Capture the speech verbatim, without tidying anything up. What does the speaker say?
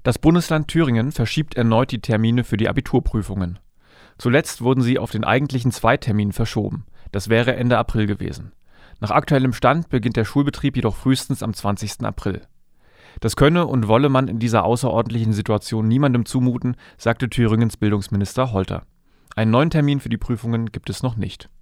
Das Bundesland Thüringen verschiebt erneut die Termine für die Abiturprüfungen. Zuletzt wurden sie auf den eigentlichen Zweitermin verschoben. Das wäre Ende April gewesen. Nach aktuellem Stand beginnt der Schulbetrieb jedoch frühestens am zwanzigsten April. Das könne und wolle man in dieser außerordentlichen Situation niemandem zumuten, sagte Thüringens Bildungsminister Holter. Einen neuen Termin für die Prüfungen gibt es noch nicht.